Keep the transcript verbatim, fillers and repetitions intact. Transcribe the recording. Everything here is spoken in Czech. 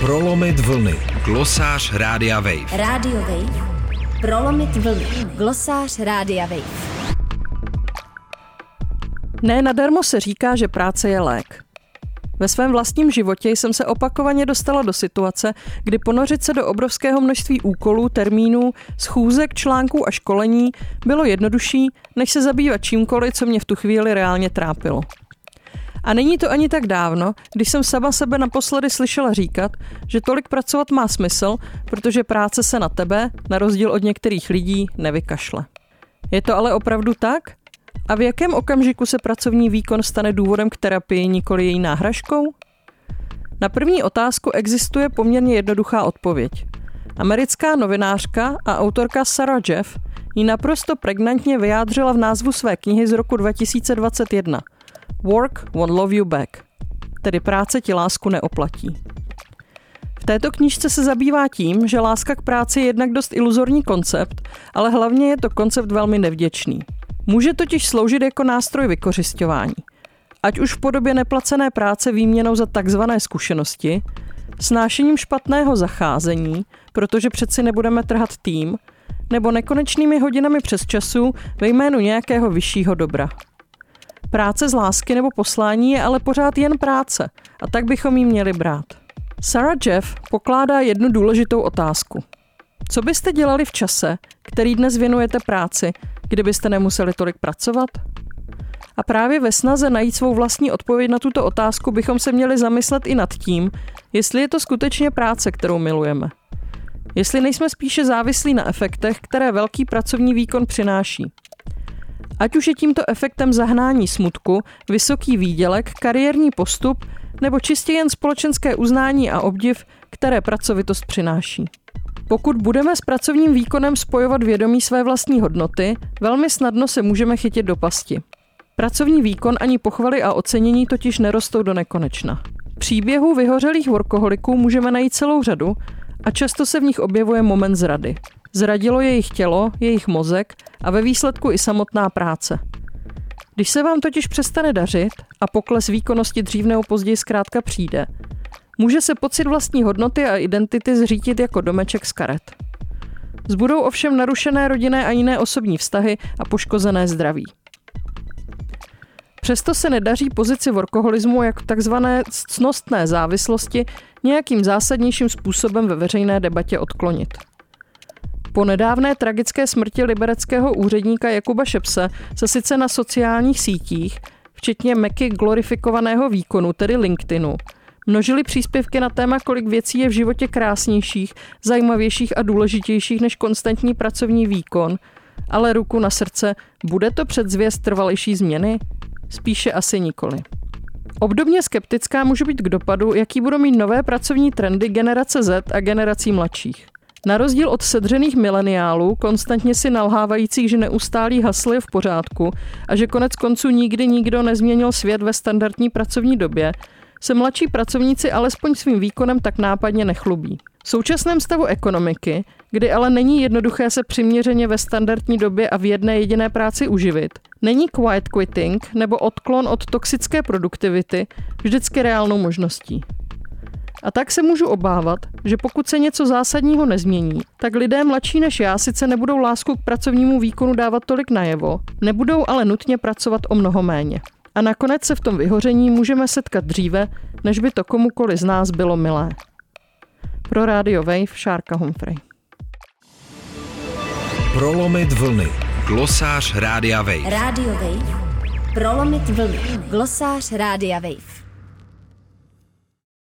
Prolomit vlny. Glosář Rádia Wave. Rádio Wave. Prolomit vlny. Glosář Rádia Wave. Ne nadarmo se říká, že práce je lék. Ve svém vlastním životě jsem se opakovaně dostala do situace, kdy ponořit se do obrovského množství úkolů, termínů, schůzek, článků a školení bylo jednodušší, než se zabývat čímkoliv, co mě v tu chvíli reálně trápilo. A není to ani tak dávno, když jsem sama sebe naposledy slyšela říkat, že tolik pracovat má smysl, protože práce se na tebe, na rozdíl od některých lidí, nevykašle. Je to ale opravdu tak? A v jakém okamžiku se pracovní výkon stane důvodem k terapii, nikoli její náhražkou? Na první otázku existuje poměrně jednoduchá odpověď. Americká novinářka a autorka Sarah Jeff ji naprosto pregnantně vyjádřila v názvu své knihy z roku dva tisíce dvacet jedna. Work won't love you back, tedy práce ti lásku neoplatí. V této knížce se zabývá tím, že láska k práci je jednak dost iluzorní koncept, ale hlavně je to koncept velmi nevděčný. Může totiž sloužit jako nástroj vykořisťování. Ať už v podobě neplacené práce výměnou za takzvané zkušenosti, snášením špatného zacházení, protože přeci nebudeme trhat tým, nebo nekonečnými hodinami přesčasů ve jménu nějakého vyššího dobra. Práce z lásky nebo poslání je ale pořád jen práce a tak bychom ji měli brát. Sarah Jeff pokládá jednu důležitou otázku. Co byste dělali v čase, který dnes věnujete práci, kdybyste nemuseli tolik pracovat? A právě ve snaze najít svou vlastní odpověď na tuto otázku bychom se měli zamyslet i nad tím, jestli je to skutečně práce, kterou milujeme. Jestli nejsme spíše závislí na efektech, které velký pracovní výkon přináší. Ať už je tímto efektem zahnání smutku, vysoký výdělek, kariérní postup nebo čistě jen společenské uznání a obdiv, které pracovitost přináší. Pokud budeme s pracovním výkonem spojovat vědomí své vlastní hodnoty, velmi snadno se můžeme chytit do pasti. Pracovní výkon ani pochvaly a ocenění totiž nerostou do nekonečna. Příběhů vyhořelých workoholiků můžeme najít celou řadu a často se v nich objevuje moment zrady. Zradilo jejich tělo, jejich mozek a ve výsledku i samotná práce. Když se vám totiž přestane dařit a pokles výkonnosti dřív nebo později zkrátka přijde, může se pocit vlastní hodnoty a identity zřítit jako domeček z karet. Zbudou ovšem narušené rodinné a jiné osobní vztahy a poškozené zdraví. Přesto se nedaří pozici workoholismu jako takzvané ctnostné závislosti nějakým zásadnějším způsobem ve veřejné debatě odklonit. Po nedávné tragické smrti libereckého úředníka Jakuba Šepse se sice na sociálních sítích, včetně meky glorifikovaného výkonu, tedy LinkedInu, množily příspěvky na téma, kolik věcí je v životě krásnějších, zajímavějších a důležitějších než konstantní pracovní výkon, ale ruku na srdce, bude to předzvěst trvalejší změny? Spíše asi nikoli. Obdobně skeptická můžu být k dopadu, jaký budou mít nové pracovní trendy generace Z a generací mladších. Na rozdíl od sedřených mileniálů, konstantně si nalhávajících, že neustálý hasl je v pořádku a že konec konců nikdy nikdo nezměnil svět ve standardní pracovní době, se mladší pracovníci alespoň svým výkonem tak nápadně nechlubí. V současném stavu ekonomiky, kdy ale není jednoduché se přiměřeně ve standardní době a v jedné jediné práci uživit, není quiet quitting nebo odklon od toxické produktivity vždycky reálnou možností. A tak se můžu obávat, že pokud se něco zásadního nezmění, tak lidé mladší než já sice nebudou lásku k pracovnímu výkonu dávat tolik najevo, nebudou ale nutně pracovat o mnoho méně. A nakonec se v tom vyhoření můžeme setkat dříve, než by to komukoli z nás bylo milé. Pro Radio Wave Šárka Humphrey. Prolomit vlny. Glosář Rádia Wave. Radio Wave. Prolomit vlny. Glosář Rádia Wave.